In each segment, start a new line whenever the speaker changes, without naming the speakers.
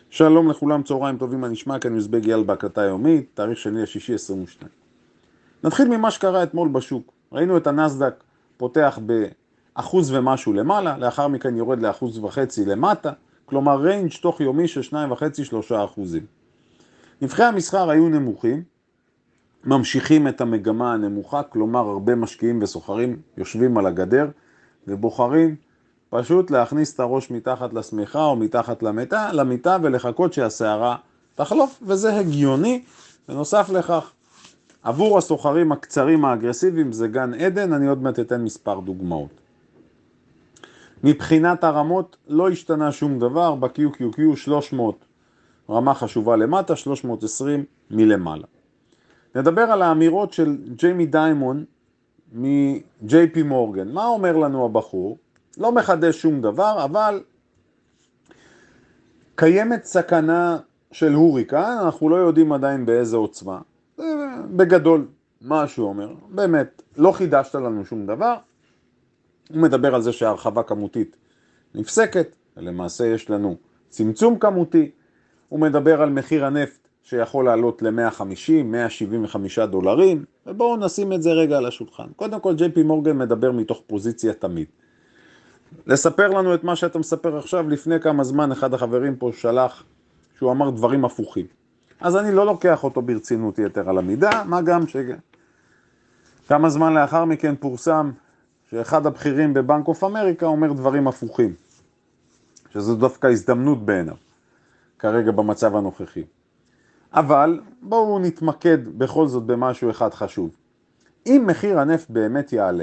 שלום לכולם, צהריים טובים, מה נשמע? כאן יוזבג יאל בהקלטה יומית, תאריך שני לשישי 22. נתחיל ממה שקרה אתמול בשוק. ראינו את הנסדק פותח באחוז ומשהו למעלה, לאחר מכן יורד ל1.5% למטה, כלומר ריינג' תוך יומי של 2.5-3%. נבחי המסחר היו נמוכים, ממשיכים את המגמה הנמוכה, כלומר הרבה משקיעים וסוחרים יושבים על הגדר ובוחרים פשוט להכניס את הראש מתחת לשמיכה או מתחת למיטה ולחכות שהסערה תחלוף, וזה הגיוני. בנוסף לכך, עבור הסוחרים הקצרים האגרסיביים זה גן עדן, אני עוד מעט אתן מספר דוגמאות. מבחינת הרמות לא השתנה שום דבר, ב-QQQ 300 רמה חשובה למטה, 320 מלמעלה. נדבר על האמירות של ג'יימי דיימון מ-JP מורגן. מה אומר לנו הבחור? לא מחדש שום דבר, אבל קיימת סכנה של הוריקן, אנחנו לא יודעים עדיין באיזה עוצמה. בגדול, מה שהוא אומר, באמת, לא חידשת לנו שום דבר. הוא מדבר על זה שהרחבה כמותית נפסקת, ולמעשה יש לנו צמצום כמותי. הוא מדבר על מחיר הנפט שיכול לעלות ל$150-175, ובואו נשים את זה רגע על השולחן. קודם כל, JP מורגן מדבר מתוך פוזיציה תמיד. לספר לנו את מה שאתה מספר עכשיו, לפני כמה זמן אחד החברים פה שלח שהוא אמר דברים הפוכים. אז אני לא לוקח אותו ברצינות יתר על המידה, מה גם כמה זמן לאחר מכן פורסם שאחד הבכירים בבנק אוף אמריקה אומר דברים הפוכים, שזו דווקא הזדמנות בעיניו, כרגע במצב הנוכחי. אבל בואו נתמקד בכל זאת במשהו אחד חשוב. אם מחיר הנפט באמת יעלה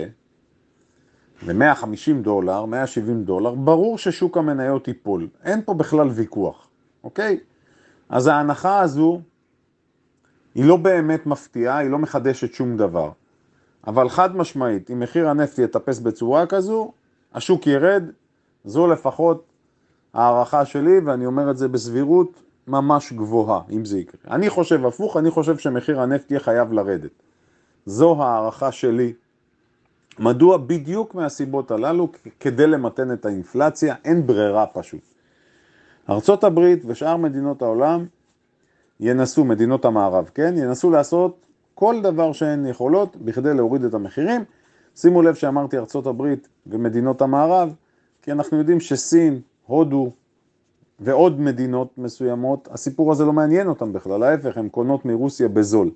ל$150, $170, ברור ששוק המניות ייפול. אין פה בכלל ויכוח, אוקיי? אז ההנחה הזו היא לא באמת מפתיעה, היא לא מחדשת שום דבר. אבל חד משמעית, אם מחיר הנפט יטפס בצורה כזו, השוק ירד, זו לפחות הערכה שלי, ואני אומר את זה בסבירות ממש גבוהה, אם זה יקרה. אני חושב הפוך, אני חושב שמחיר הנפט יהיה חייב לרדת. זו הערכה שלי. מדוע? בדיוק מהסיבות הללו, כדי למתן את האינפלציה, אין ברירה פשוט. ארצות הברית ושאר מדינות העולם ינסו, מדינות המערב, כן? ינסו לעשות כל דבר שהן יכולות בכדי להוריד את המחירים. שימו לב שאמרתי ארצות הברית ומדינות המערב, כי אנחנו יודעים שסין, הודו ועוד מדינות מסוימות, הסיפור הזה לא מעניין אותם בכלל, ההפך, הם קונות מרוסיה בזול.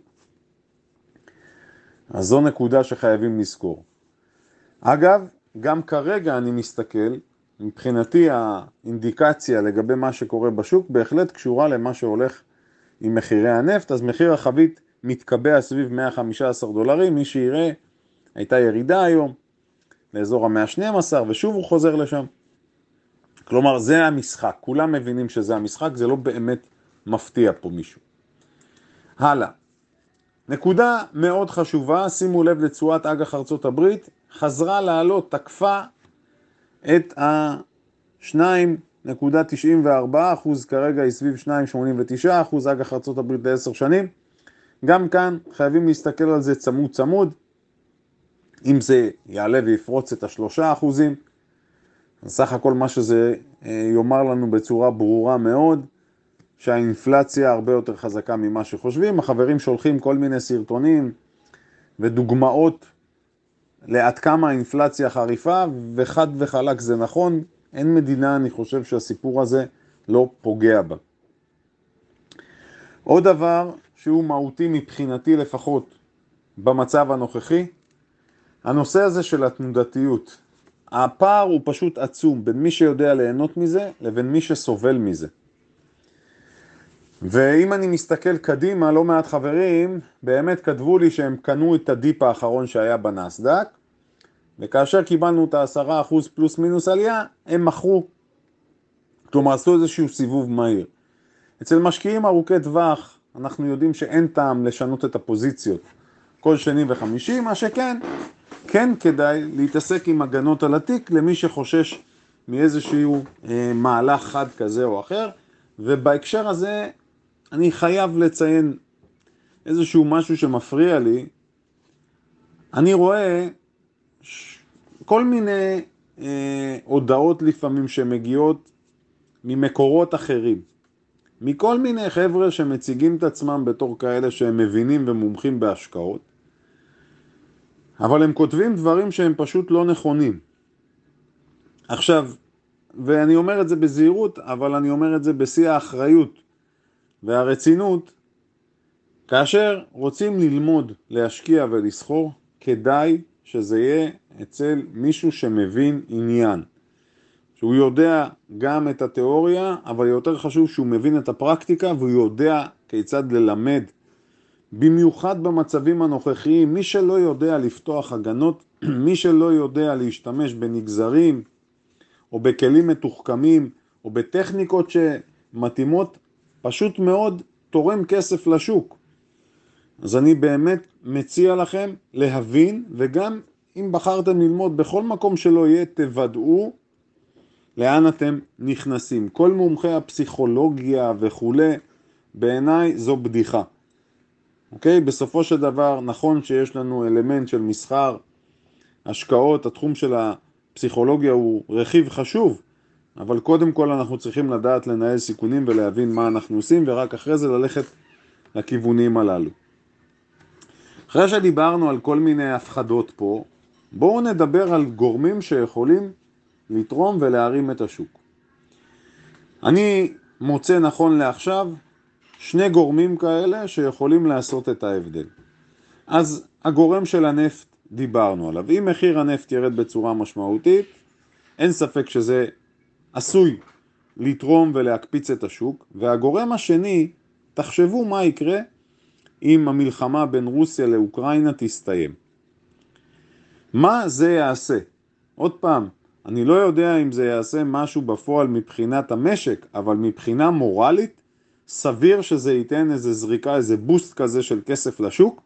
אז זו נקודה שחייבים לזכור. אגב, גם כרגע אני מסתכל, מבחינתי האינדיקציה לגבי מה שקורה בשוק בהחלט קשורה למה שהולך עם מחירי הנפט. אז מחיר החבית מתקבע סביב $115, מי שיראה, הייתה ירידה היום לאזור ה-112 ושוב הוא חוזר לשם. כלומר זה המשחק, כולם מבינים שזה המשחק, זה לא באמת מפתיע פה מישהו. הלאה, נקודה מאוד חשובה, שימו לב לתשואת אג"ח ארצות הברית, חזרה לעלות, תקפה את ה-2.94%, כרגע היא סביב 2.89%, אג"ח ארצות הברית ל10 שנים. גם כאן חייבים להסתכל על זה צמוד צמוד, אם זה יעלה ויפרוץ את ה3%, סך הכל מה שזה יאמר לנו בצורה ברורה מאוד, שהאינפלציה הרבה יותר חזקה ממה שחושבים. החברים שולחים כל מיני סרטונים ודוגמאות לעד כמה האינפלציה חריפה, וחד וחלק זה נכון, אין מדינה, אני חושב שהסיפור הזה לא פוגע בה. עוד דבר שהוא מהותי מבחינתי לפחות במצב הנוכחי, הנושא הזה של התנודתיות. הפער הוא פשוט עצום בין מי שיודע ליהנות מזה לבין מי שסובל מזה. ואם אני מסתכל קדימה, לא מעט חברים באמת כתבו לי שהם קנו את הדיפ האחרון שהיה בנסדק, וכאשר קיבלנו את 10% פלוס מינוס עלייה, הם מכרו. כלומר, עשו איזשהו סיבוב מהיר. אצל משקיעים ארוכי טווח, אנחנו יודעים שאין טעם לשנות את הפוזיציות כל שני וחמישי, מה שכן, כן כדאי להתעסק עם הגנות על התיק למי שחושש מאיזשהו מהלך חד כזה או אחר, ובהקשר הזה אני חייב לציין איזשהו משהו שמפריע לי. אני רואה כל מיני הודעות לפעמים שמגיעות ממקורות אחרים, מכל מיני חבר'ה שמציגים את עצמם בתור כאלה שהם מבינים ומומחים בהשקעות, אבל הם כותבים דברים שהם פשוט לא נכונים. עכשיו, ואני אומר את זה בזהירות, אבל אני אומר את זה בשיא האחריות והרצינות, כאשר רוצים ללמוד, להשקיע ולסחור, כדאי שזה יהיה אצל מישהו שמבין עניין. שהוא יודע גם את התיאוריה, אבל יותר חשוב שהוא מבין את הפרקטיקה, והוא יודע כיצד ללמד. במיוחד במצבים הנוכחיים, מי שלא יודע לפתוח הגנות, מי שלא יודע להשתמש בנגזרים, או בכלים מתוחכמים, או בטכניקות שמתאימות, פשוט מאוד תורם כסף לשוק. אז אני באמת מציע לכם להבין, וגם אם בחרתם ללמוד בכל מקום שלא יהיה, תוודאו לאן אתם נכנסים. כל מומחי הפסיכולוגיה וכו', בעיניי זו בדיחה. אוקיי? בסופו של דבר, נכון שיש לנו אלמנט של מסחר, השקעות, התחום של הפסיכולוגיה הוא רכיב חשוב, אבל קודם כל אנחנו צריכים לדעת לנהל סיכונים ולהבין מה אנחנו עושים, ורק אחרי זה ללכת לכיוונים הללו. אחרי שדיברנו על כל מיני הפחדות פה, בואו נדבר על גורמים שיכולים לתרום ולהרים את השוק. אני מוצא נכון לעכשיו שני גורמים כאלה שיכולים לעשות את ההבדל. אז הגורם של הנפט דיברנו עליו. אם מחיר הנפט ירד בצורה משמעותית, אין ספק שזה עשוי לתרום ולהקפיץ את השוק. והגורם השני, תחשבו מה יקרה אם המלחמה בין רוסיה לאוקראינה תסתיים. מה זה יעשה? עוד פעם, אני לא יודע אם זה יעשה משהו בפועל מבחינת המשק, אבל מבחינה מורלית, סביר שזה ייתן איזה זריקה, איזה בוסט כזה של כסף לשוק,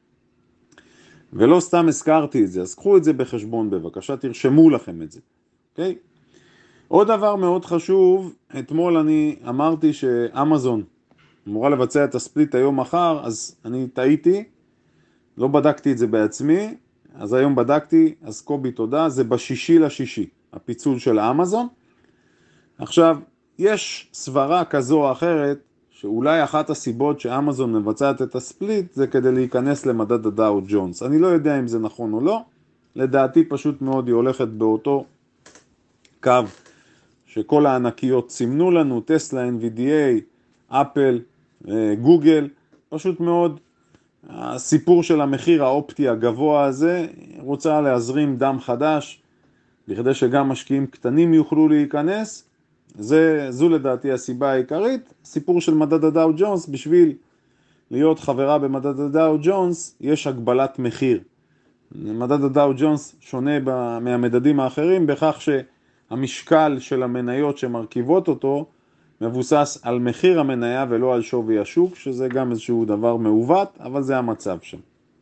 ולא סתם הזכרתי את זה, אז קחו את זה בחשבון בבקשה, תרשמו לכם את זה, אוקיי? עוד דבר מאוד חשוב, אתמול אני אמרתי שאמזון אמורה לבצע את הספליט היום מחר, אז אני טעיתי, לא בדקתי את זה בעצמי, אז היום בדקתי, אז קובי תודה, זה ב6/6, הפיצול של אמזון. עכשיו, יש סברה כזו או אחרת, שאולי אחת הסיבות שאמזון מבצעת את הספליט, זה כדי להיכנס למדד הדאו ג'ונס. אני לא יודע אם זה נכון או לא, לדעתי פשוט מאוד היא הולכת באותו קו, שכל הענקיות סימנו לנו, טסלה, NVDA, אפל, גוגל, פשוט מאוד, הסיפור של המחיר האופטי הגבוה הזה, רוצה להזרים דם חדש, בכדי שגם משקיעים קטנים יוכלו להיכנס, זו לדעתי הסיבה העיקרית. סיפור של מדד הדאו ג'ונס, בשביל להיות חברה במדד הדאו ג'ונס, יש הגבלת מחיר. מדד הדאו ג'ונס שונה מהמדדים האחרים, בכך שהמשקל של המניות שמרכיבות אותו, מבוסס על מחיר המניה ולא על שווי השוק, שזה גם איזשהו דבר מעוות, אבל זה המצב שם.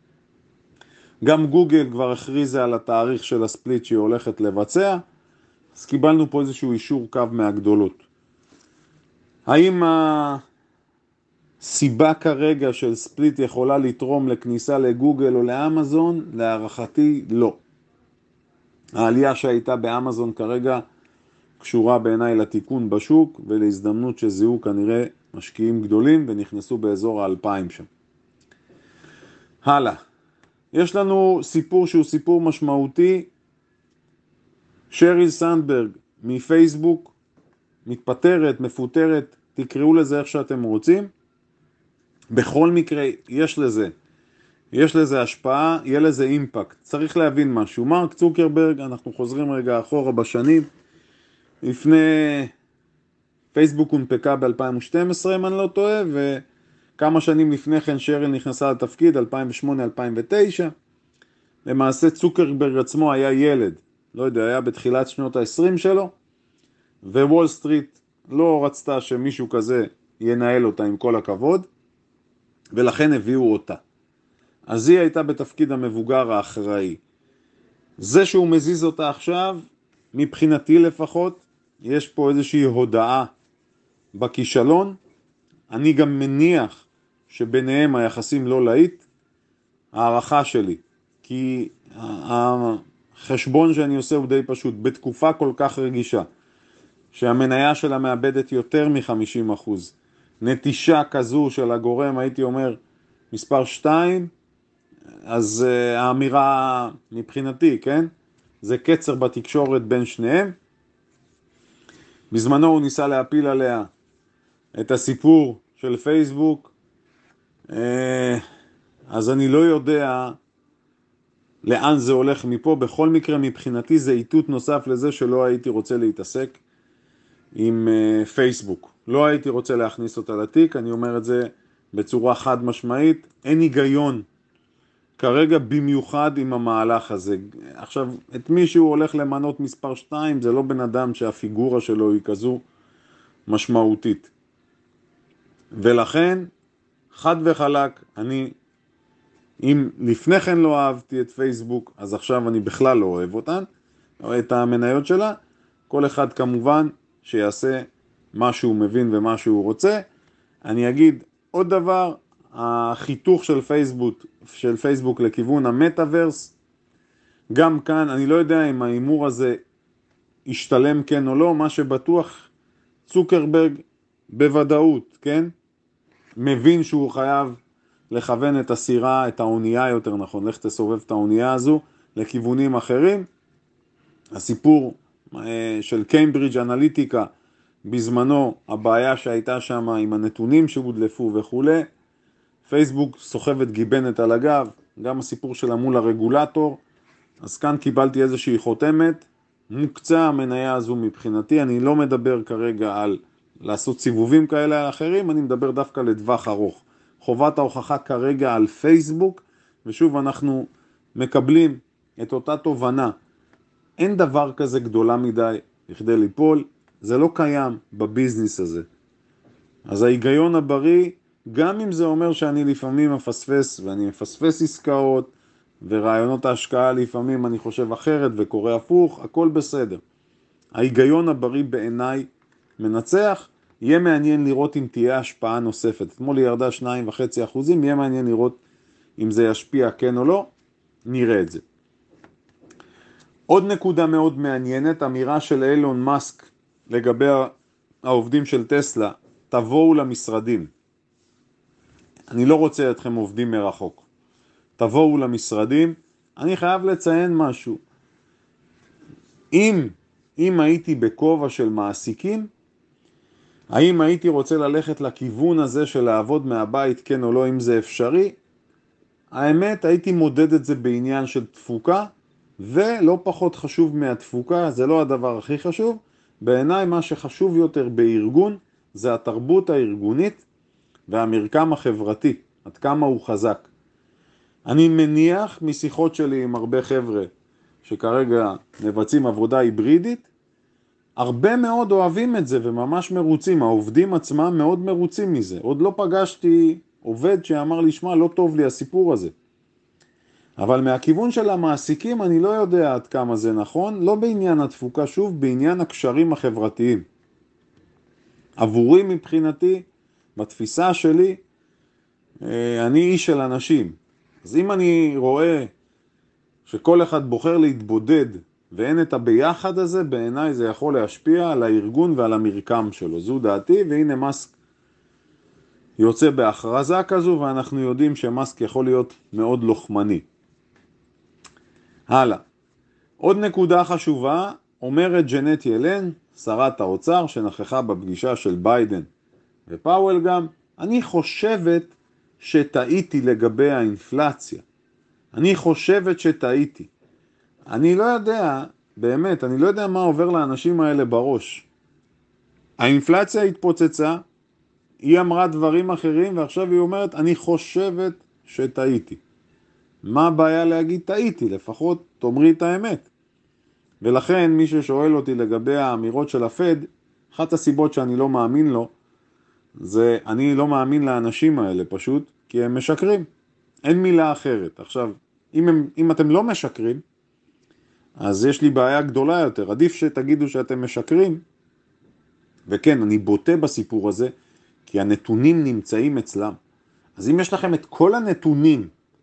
גם גוגל כבר הכריזה על התאריך של הספליט שהיא הולכת לבצע, אז קיבלנו פה איזשהו אישור קו מהגדולות. האם הסיבה כרגע של ספליט יכולה לתרום לכניסה לגוגל או לאמזון? להערכתי לא. העלייה שהייתה באמזון כרגע קשורה בעיניי לתיקון בשוק ולהזדמנות שזיהו כנראה משקיעים גדולים ונכנסו באזור ה-2000 שם. הלאה. יש לנו סיפור שהוא סיפור משמעותי. שריל סנדברג מפייסבוק מתפטרת, מפוטרת, תקראו לזה איך שאתם רוצים. בכל מקרה יש לזה השפעה, יהיה לזה אימפקט. צריך להבין משהו. מרק צוקרברג, אנחנו חוזרים רגע אחורה בשנים, לפני פייסבוק הונפקה ב-2012 אם אני לא טועה, וכמה שנים לפני כן שריל נכנסה לתפקיד, 2008-2009. למעשה צוקרברג עצמו היה ילד, לא יודע, היה בתחילת שנות ה-20 שלו, ווול סטריט לא רצתה שמישהו כזה ינהל אותה עם כל הכבוד, ולכן הביאו אותה. אז היא הייתה בתפקיד המבוגר האחראי. זה שהוא מזיז אותה עכשיו, מבחינתי לפחות, יש פה איזושהי הודעה בכישלון. אני גם מניח שביניהם היחסים לא להיט, הערכה שלי, כי החשבון שאני עושה הוא די פשוט. בתקופה כל כך רגישה, שהמניה שלה מאבדת יותר מ-50%, נטישה כזו של הגורם, הייתי אומר, מספר 2, אז האמירה מבחינתי, כן? זה קצר בתקשורת בין שניהם. בזמנו הוא ניסה להפיל עליה את הסיפור של פייסבוק, אז אני לא יודע לאן זה הולך מפה. בכל מקרה מבחינתי זה איתות נוסף לזה שלא הייתי רוצה להתעסק עם פייסבוק. לא הייתי רוצה להכניס אותה לתיק, אני אומר את זה בצורה חד משמעית. אין היגיון כרגע במיוחד עם המהלך הזה. עכשיו, את מי שהוא הולך למנות מספר 2, זה לא בן אדם שהפיגורה שלו היא כזו משמעותית. ולכן, חד וחלק, אם לפני כן לא אהבתי את פייסבוק, אז עכשיו אני בכלל לא אוהב אותן, או את המניות שלה. כל אחד כמובן שיעשה מה שהוא מבין ומה שהוא רוצה. אני אגיד עוד דבר, החיתוך של פייסבוק לכיוון המטאברס, גם כאן אני לא יודע אם האימור הזה ישתלם כן או לא. מה שבטוח, צוקרברג בוודאות, כן? מבין שהוא חייב לכוון את הסירה, את האונייה יותר נכון, לך תסובב את האונייה הזו לכיוונים אחרים. הסיפור של קיימברידג' אנליטיקה, בזמנו הבעיה שהייתה שם עם הנתונים שהודלפו וכו', פייסבוק סוחבת גיבנת על הגב, גם הסיפור שלה מול הרגולטור. אז כאן קיבלתי איזושהי חותמת, מוקצה המניה הזו מבחינתי. אני לא מדבר כרגע על לעשות סיבובים כאלה על אחרים, אני מדבר דווקא לטווח ארוך. חובת ההוכחה כרגע על פייסבוק, ושוב אנחנו מקבלים את אותה תובנה. אין דבר כזה גדולה מדי בכדי ליפול, זה לא קיים בביזנס הזה. אז ההיגיון הבריא, גם אם זה אומר שאני לפעמים מפספס, ואני מפספס עסקאות, ורעיונות ההשקעה לפעמים אני חושב אחרת וקורא הפוך, הכל בסדר. ההיגיון הבריא בעיניי מנצח. יהיה מעניין לראות אם תהיה השפעה נוספת. אתמול היא ירדה 2.5%, יהיה מעניין לראות אם זה ישפיע כן או לא, נראה את זה. עוד נקודה מאוד מעניינת, אמירה של אילון מאסק לגבי העובדים של טסלה, תבואו למשרדים. אני לא רוצה אתכם עובדים מרחוק. תבואו למשרדים. אני חייב לציין משהו. אם הייתי בכובע של מעסיקים, האם הייתי רוצה ללכת לכיוון הזה של לעבוד מהבית, כן או לא, אם זה אפשרי? האמת, הייתי מודד את זה בעניין של תפוקה, ולא פחות חשוב מהתפוקה, זה לא הדבר הכי חשוב. בעיניי מה שחשוב יותר בארגון, זה התרבות הארגונית והמרקם החברתי, עד כמה הוא חזק. אני מניח משיחות שלי עם הרבה חבר'ה שכרגע מבצעים עבודה היברידית, הרבה מאוד אוהבים את זה וממש מרוצים, העובדים עצמם מאוד מרוצים מזה. עוד לא פגשתי עובד שאמר לי, שמע, לא טוב לי הסיפור הזה. אבל מהכיוון של המעסיקים אני לא יודע עד כמה זה נכון, לא בעניין התפוקה, שוב, בעניין הקשרים החברתיים. עבורי מבחינתי, בתפיסה שלי, אני איש של אנשים. אז אם אני רואה שכל אחד בוחר להתבודד ואין את הביחד הזה, בעיניי זה יכול להשפיע על הארגון ועל המרקם שלו. זו דעתי, והנה מאסק יוצא בהכרזה כזו, ואנחנו יודעים שמאסק יכול להיות מאוד לוחמני. הלאה. עוד נקודה חשובה, אומרת ג'נט ילן, שרת האוצר שנכחה בפגישה של ביידן ופאוול גם, אני חושבת שטעיתי לגבי האינפלציה. אני חושבת שטעיתי. אני לא יודע, באמת, אני לא יודע מה עובר לאנשים האלה בראש. האינפלציה התפוצצה, היא אמרה דברים אחרים, ועכשיו היא אומרת, אני חושבת שטעיתי. מה הבעיה להגיד טעיתי? לפחות תאמרי את האמת. ולכן מי ששואל אותי לגבי האמירות של הפד, אחת הסיבות שאני לא מאמין לו, זה אני לא מאמין לאנשים האלה פשוט, כי הם משקרים. אין מילה אחרת. עכשיו, אם אתם לא משקרים, אז יש לי בעיה גדולה יותר. עדיף שתגידו שאתם משקרים, וכן, אני בוטה בסיפור הזה, כי הנתונים נמצאים אצלם. אז אם יש לכם את כל הנתונים,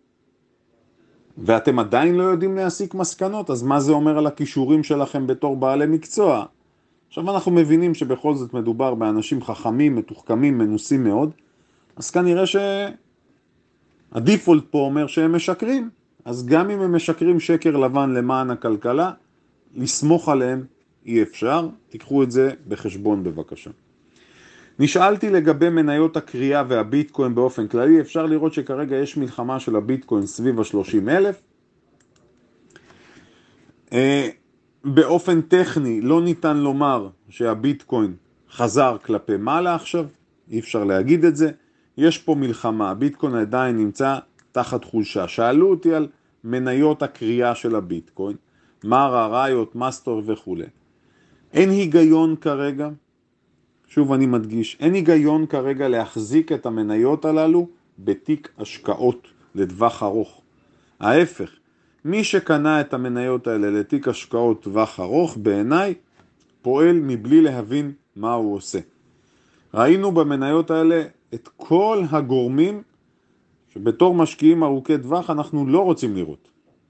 ואתם עדיין לא יודעים להסיק מסקנות, אז מה זה אומר על הכישורים שלכם בתור בעלי מקצוע? עכשיו אנחנו מבינים שבכל זאת מדובר באנשים חכמים, מתוחכמים, מנוסים מאוד, אז כנראה שהדיפולט פה אומר שהם משקרים, אז גם אם הם משקרים שקר לבן למען הכלכלה, לסמוך עליהם אי אפשר, תיקחו את זה בחשבון בבקשה. נשאלתי לגבי מניות הקריאה והביטקוין באופן כללי, אפשר לראות שכרגע יש מלחמה של הביטקוין סביב ה-30,000. באופן טכני לא ניתן לומר שהביטקוין חזר כלפי מעלה עכשיו, אי אפשר להגיד את זה. יש פה מלחמה, הביטקוין עדיין נמצא תחת חולשה. שאלו אותי על מניות הקריאה של הביטקוין, מרה, ראיות, מאסטר וכו'. אין היגיון כרגע, שוב אני מדגיש, אין היגיון כרגע להחזיק את המניות הללו בתיק השקעות לטווח ארוך. ההפך, מי שקנה את המניות האלה לתיק השקעות טווח ארוך, בעיניי פועל מבלי להבין מה הוא עושה. ראינו במניות האלה את כל הגורמים שבתור משקיעים ארוכי טווח אנחנו לא רוצים לראות.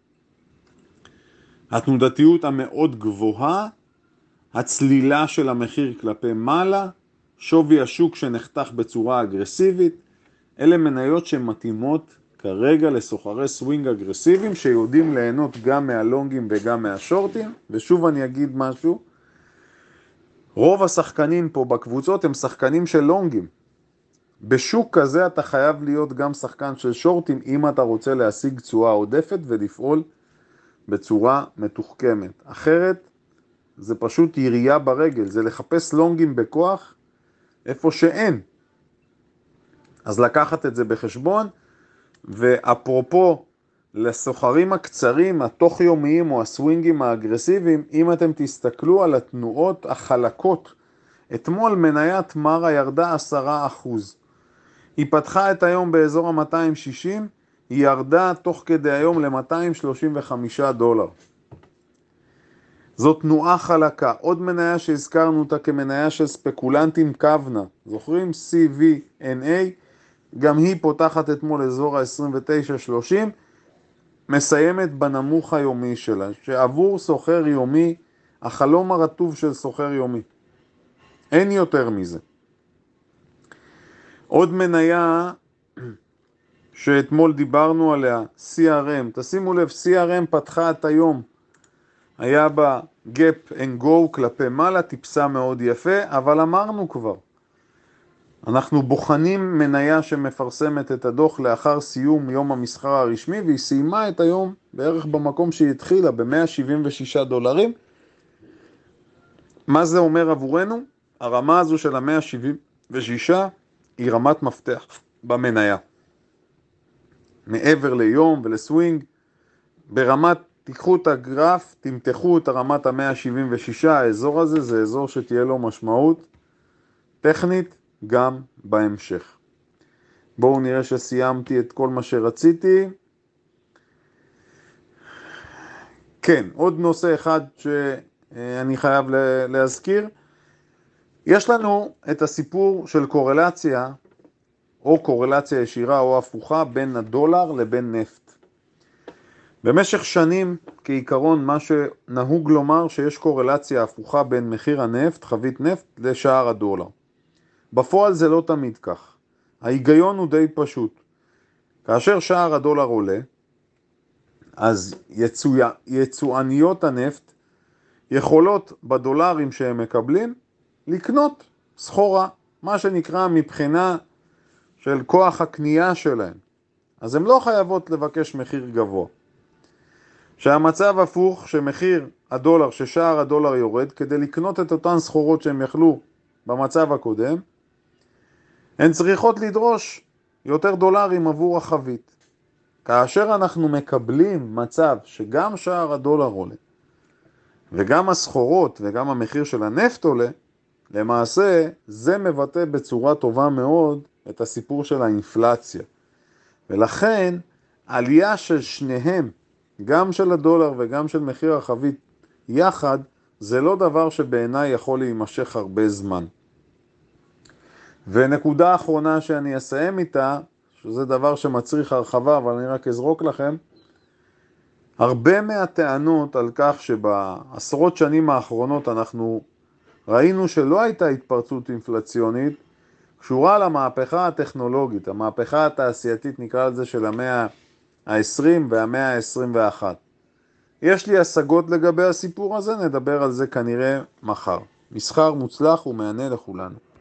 התנודתיות המאוד גבוהה, הצלילה של המחיר כלפי מעלה, שווי השוק שנחתך בצורה אגרסיבית, אלה מניות שמתאימות כרגע לסוחרי סווינג אגרסיביים שיודעים ליהנות גם מהלונגים וגם מהשורטים. ושוב אני אגיד משהו, רוב השחקנים פה בקבוצות הם שחקנים של לונגים. בשוק כזה אתה חייב להיות גם שחקן של שורטים אם אתה רוצה להשיג תשואה עודפת ולפעול בצורה מתוחכמת. אחרת זה פשוט ירייה ברגל, זה לחפש לונגים בכוח איפה שאין. אז לקחת את זה בחשבון. ואפרופו לסוחרים הקצרים, התוך יומיים או הסווינגים האגרסיביים, אם אתם תסתכלו על התנועות החלקות, אתמול מניית מרה ירדה 10%. היא פתחה את היום באזור ה-260, היא ירדה תוך כדי היום ל-$235. זו תנועה חלקה. עוד מניה שהזכרנו אותה כמניה של ספקולנטים קוונה, זוכרים? CVNA, גם היא פותחת אתמול אזור ה-29-30, מסיימת בנמוך היומי שלה, שעבור סוחר יומי, החלום הרטוב של סוחר יומי. אין יותר מזה. עוד מניה שאתמול דיברנו עליה, CRM, תשימו לב, CRM פתחה את היום, היה בה gap and go כלפי מעלה, טיפסה מאוד יפה, אבל אמרנו כבר, אנחנו בוחנים מניה שמפרסמת את הדוח לאחר סיום יום המסחר הרשמי, והיא סיימה את היום בערך במקום שהיא התחילה, $176. מה זה אומר עבורנו? הרמה הזו של ה-176 היא רמת מפתח במניה. מעבר ליום ולסווינג, ברמת, תיקחו את הגרף, תמתחו את הרמת ה-176, האזור הזה זה אזור שתהיה לו משמעות טכנית, גם בהמשך. בואו נראה שסיימתי את כל מה שרציתי. כן, עוד נושא אחד שאני חייב להזכיר. יש לנו את הסיפור של קורלציה, או קורלציה ישירה או הפוכה, בין הדולר לבין נפט. במשך שנים, כעיקרון, מה שנהוג לומר שיש קורלציה הפוכה בין מחיר הנפט, חבית נפט, לשער הדולר. בפועל זה לא תמיד כך. ההיגיון הוא די פשוט. כאשר שער הדולר עולה, אז יצואניות הנפט יכולות בדולרים שהם מקבלים לקנות סחורה, מה שנקרא מבחינה של כוח הקנייה שלהם. אז הן לא חייבות לבקש מחיר גבוה. שהמצב הפוך, שמחיר הדולר, ששער הדולר יורד, כדי לקנות את אותן סחורות שהם יכלו במצב הקודם, הן צריכות לדרוש יותר דולרים עבור החבית. כאשר אנחנו מקבלים מצב שגם שער הדולר עולה, וגם הסחורות וגם המחיר של הנפט עולה, למעשה זה מבטא בצורה טובה מאוד את הסיפור של האינפלציה. ולכן עלייה של שניהם, גם של הדולר וגם של מחיר החבית יחד, זה לא דבר שבעיניי יכול להימשך הרבה זמן. ונקודה האחרונה שאני אסיים איתה, שזה דבר שמצריך הרחבה, אבל אני רק אזרוק לכם, הרבה מהטענות על כך שבעשרות שנים האחרונות אנחנו
ראינו שלא הייתה התפרצות אינפלציונית, קשורה למהפכה הטכנולוגית, המהפכה התעשייתית נקרא לזה של המאה ה-20 והמאה ה-21. יש לי השגות לגבי הסיפור הזה, נדבר על זה כנראה מחר. מסחר מוצלח ומענה לכולנו.